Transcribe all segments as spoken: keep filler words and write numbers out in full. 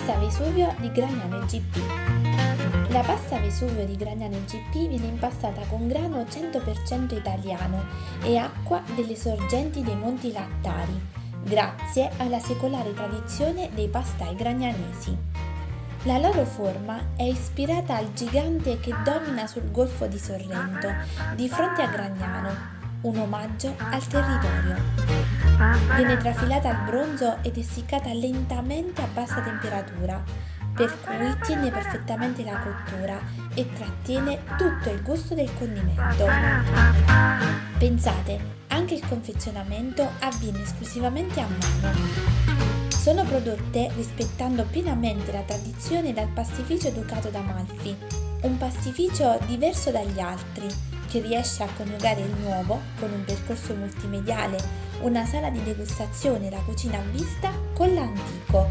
pasta Vesuvio di Gragnano G P. La pasta Vesuvio di Gragnano G P viene impastata con grano cento per cento italiano e acqua delle sorgenti dei Monti Lattari, grazie alla secolare tradizione dei pastai gragnanesi. La loro forma è ispirata al gigante che domina sul Golfo di Sorrento, di fronte a Gragnano, un omaggio al territorio. Viene trafilata al bronzo ed essiccata lentamente a bassa temperatura, per cui tiene perfettamente la cottura e trattiene tutto il gusto del condimento. Pensate, anche il confezionamento avviene esclusivamente a mano. Sono prodotte rispettando pienamente la tradizione dal pastificio Ducato d'Amalfi, un pastificio diverso dagli altri, che riesce a coniugare il nuovo con un percorso multimediale, una sala di degustazione e la cucina a vista con l'antico.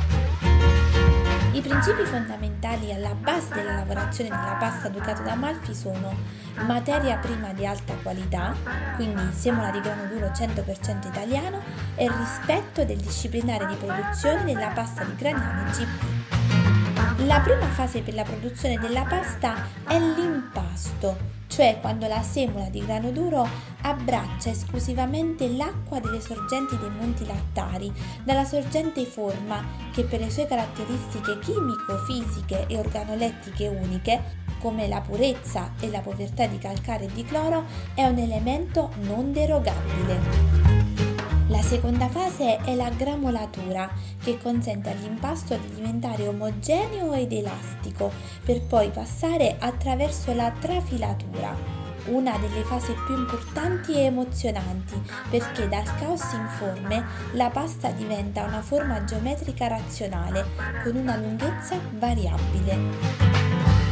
I principi fondamentali alla base della lavorazione della pasta Ducato d'Amalfi sono materia prima di alta qualità, quindi semola di grano duro cento per cento italiano, e rispetto del disciplinare di produzione della pasta di Gragnano G P. La prima fase per la produzione della pasta è l'impasto, cioè quando la semola di grano duro abbraccia esclusivamente l'acqua delle sorgenti dei Monti Lattari, dalla sorgente forma che per le sue caratteristiche chimico-fisiche e organolettiche uniche, come la purezza e la povertà di calcare e di cloro, è un elemento non derogabile. La seconda fase è la gramolatura, che consente all'impasto di diventare omogeneo ed elastico, per poi passare attraverso la trafilatura, una delle fasi più importanti e emozionanti, perché dal caos in forme la pasta diventa una forma geometrica razionale, con una lunghezza variabile.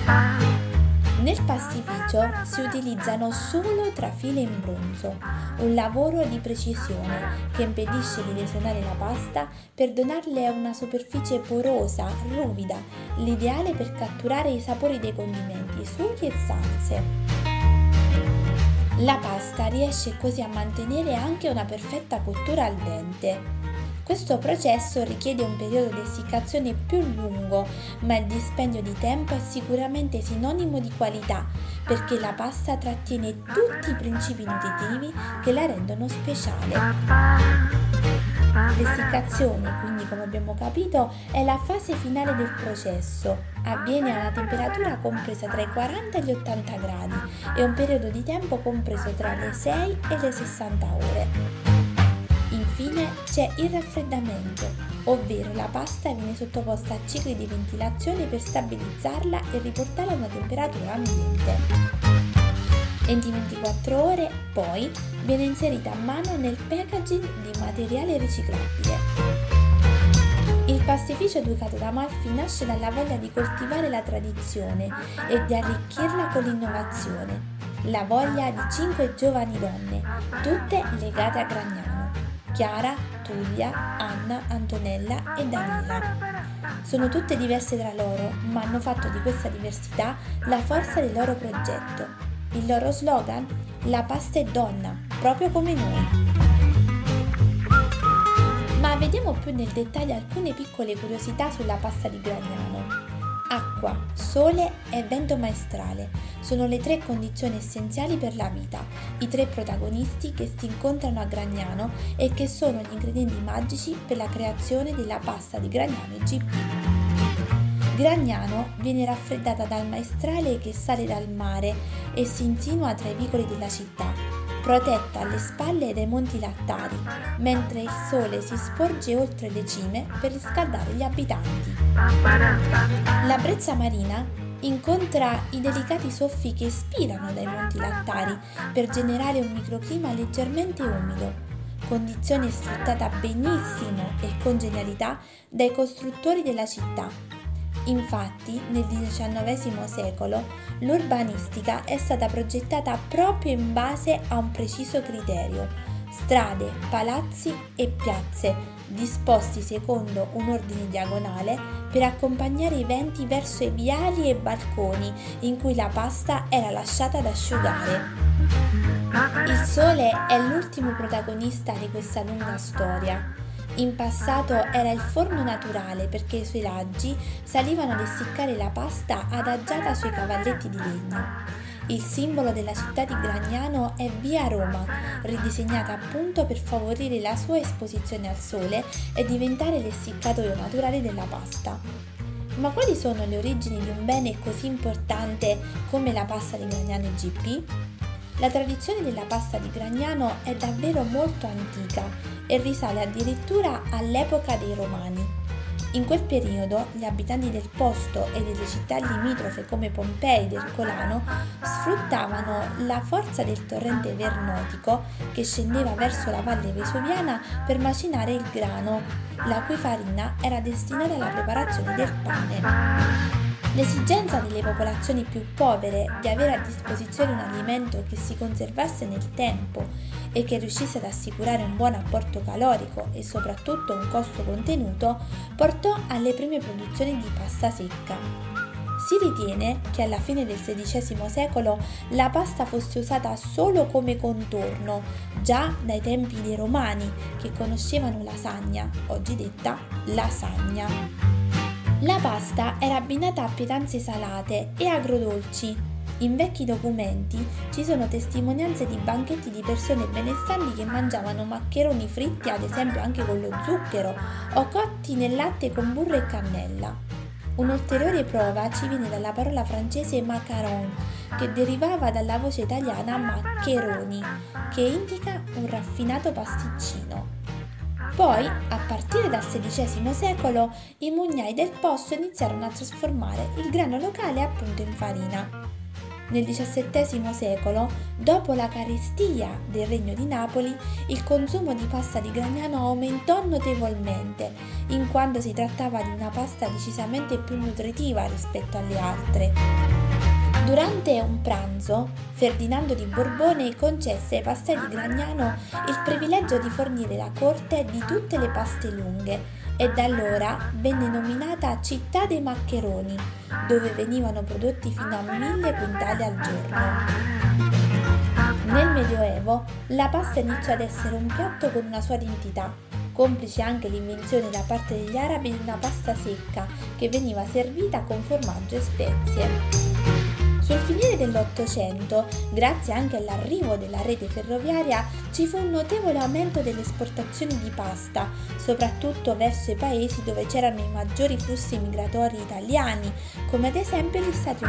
Nel pastificio si utilizzano solo trafile in bronzo, un lavoro di precisione che impedisce di lesionare la pasta per donarle una superficie porosa, ruvida, l'ideale per catturare i sapori dei condimenti, sughi e salse. La pasta riesce così a mantenere anche una perfetta cottura al dente. Questo processo richiede un periodo di essiccazione più lungo, ma il dispendio di tempo è sicuramente sinonimo di qualità, perché la pasta trattiene tutti i principi nutritivi che la rendono speciale. L'essiccazione, quindi, come abbiamo capito, è la fase finale del processo. Avviene a una temperatura compresa tra i quaranta e gli ottanta gradi e un periodo di tempo compreso tra le sei e le sessanta ore. Infine c'è il raffreddamento, ovvero la pasta viene sottoposta a cicli di ventilazione per stabilizzarla e riportarla a una temperatura ambiente. Entro ventiquattro ore, poi, viene inserita a mano nel packaging di materiale riciclabile. Il pastificio Ducato d'Amalfi nasce dalla voglia di coltivare la tradizione e di arricchirla con l'innovazione, la voglia di cinque giovani donne, tutte legate a Gragnano: Chiara, Tullia, Anna, Antonella e Daniela. Sono tutte diverse tra loro, ma hanno fatto di questa diversità la forza del loro progetto. Il loro slogan? La pasta è donna, proprio come noi. Ma vediamo più nel dettaglio alcune piccole curiosità sulla pasta di Gragnano. Acqua, sole e vento maestrale sono le tre condizioni essenziali per la vita, i tre protagonisti che si incontrano a Gragnano e che sono gli ingredienti magici per la creazione della pasta di Gragnano G P. Gragnano viene raffreddata dal maestrale che sale dal mare e si insinua tra i vicoli della città, protetta alle spalle dai Monti Lattari, mentre il sole si sporge oltre le cime per riscaldare gli abitanti. La brezza marina incontra i delicati soffi che ispirano dai Monti Lattari per generare un microclima leggermente umido, condizione sfruttata benissimo e con genialità dai costruttori della città. Infatti, nel diciannovesimo secolo, l'urbanistica è stata progettata proprio in base a un preciso criterio: strade, palazzi e piazze, disposti secondo un ordine diagonale per accompagnare i venti verso i viali e balconi in cui la pasta era lasciata ad asciugare. Il sole è l'ultimo protagonista di questa lunga storia. In passato era il forno naturale perché i suoi raggi salivano ad essiccare la pasta adagiata sui cavalletti di legno. Il simbolo della città di Gragnano è Via Roma, ridisegnata appunto per favorire la sua esposizione al sole e diventare l'essiccatoio naturale della pasta. Ma quali sono le origini di un bene così importante come la pasta di Gragnano G P? La tradizione della pasta di Gragnano è davvero molto antica e risale addirittura all'epoca dei Romani. In quel periodo gli abitanti del posto e delle città limitrofe come Pompei ed Ercolano sfruttavano la forza del torrente vernotico che scendeva verso la valle vesuviana per macinare il grano, la cui farina era destinata alla preparazione del pane. L'esigenza delle popolazioni più povere di avere a disposizione un alimento che si conservasse nel tempo e che riuscisse ad assicurare un buon apporto calorico e soprattutto un costo contenuto portò alle prime produzioni di pasta secca. Si ritiene che alla fine del sedicesimo secolo la pasta fosse usata solo come contorno, già dai tempi dei Romani, che conoscevano lasagna, oggi detta lasagna. La pasta era abbinata a pietanze salate e agrodolci. In vecchi documenti ci sono testimonianze di banchetti di persone benestanti che mangiavano maccheroni fritti, ad esempio anche con lo zucchero, o cotti nel latte con burro e cannella. Un'ulteriore prova ci viene dalla parola francese macaron, che derivava dalla voce italiana maccheroni, che indica un raffinato pasticcino. Poi, a partire dal sedicesimo secolo, i mugnai del posto iniziarono a trasformare il grano locale appunto in farina. Nel diciassettesimo secolo, dopo la carestia del Regno di Napoli, il consumo di pasta di Gragnano aumentò notevolmente, in quanto si trattava di una pasta decisamente più nutritiva rispetto alle altre. Durante un pranzo, Ferdinando di Borbone concesse ai pastai di Gragnano il privilegio di fornire la corte di tutte le paste lunghe e da allora venne nominata Città dei Maccheroni, dove venivano prodotti fino a mille quintali al giorno. Nel Medioevo la pasta iniziò ad essere un piatto con una sua identità, complice anche l'invenzione da parte degli arabi di una pasta secca che veniva servita con formaggio e spezie. Sul finire dell'Ottocento, grazie anche all'arrivo della rete ferroviaria, ci fu un notevole aumento delle esportazioni di pasta, soprattutto verso i paesi dove c'erano i maggiori flussi migratori italiani, come ad esempio gli Stati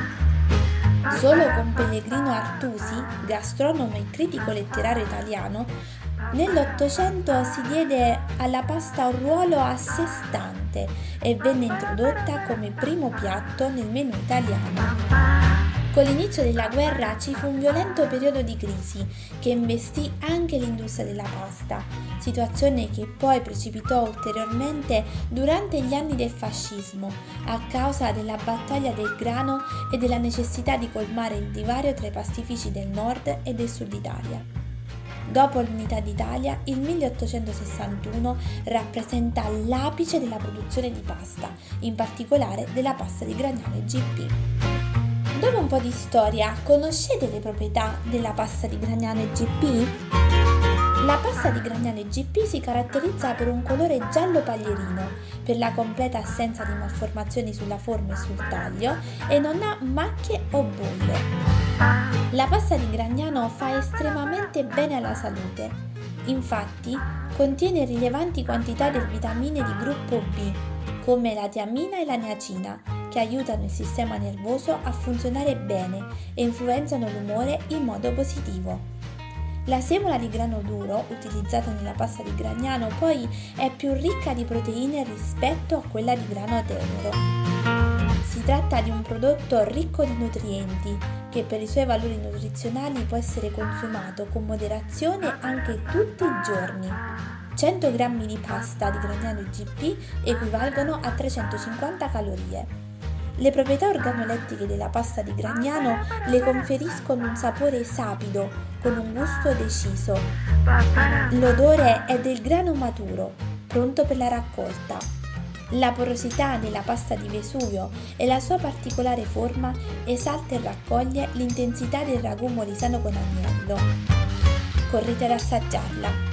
Uniti. Solo con Pellegrino Artusi, gastronomo e critico letterario italiano, nell'Ottocento si diede alla pasta un ruolo a sé stante e venne introdotta come primo piatto nel menù italiano. Con l'inizio della guerra ci fu un violento periodo di crisi che investì anche l'industria della pasta, situazione che poi precipitò ulteriormente durante gli anni del fascismo a causa della battaglia del grano e della necessità di colmare il divario tra i pastifici del nord e del sud Italia. Dopo l'unità d'Italia, il milleottocentosessantuno rappresenta l'apice della produzione di pasta, in particolare della pasta di Gragnano G P. Dopo un po' di storia, conoscete le proprietà della pasta di Gragnano G P? La pasta di Gragnano G P si caratterizza per un colore giallo paglierino, per la completa assenza di malformazioni sulla forma e sul taglio e non ha macchie o bolle. La pasta di Gragnano fa estremamente bene alla salute, infatti contiene rilevanti quantità di vitamine di gruppo B, come la tiamina e la niacina, che aiutano il sistema nervoso a funzionare bene e influenzano l'umore in modo positivo. La semola di grano duro, utilizzata nella pasta di Gragnano, poi è più ricca di proteine rispetto a quella di grano tenero. Si tratta di un prodotto ricco di nutrienti che per i suoi valori nutrizionali può essere consumato con moderazione anche tutti i giorni. cento grammi di pasta di Gragnano G P equivalgono a trecentocinquanta calorie. Le proprietà organolettiche della pasta di Gragnano le conferiscono un sapore sapido, con un gusto deciso. L'odore è del grano maturo, pronto per la raccolta. La porosità della pasta di Vesuvio e la sua particolare forma esalta e raccoglie l'intensità del ragù molisano con agnello. Correte ad assaggiarla!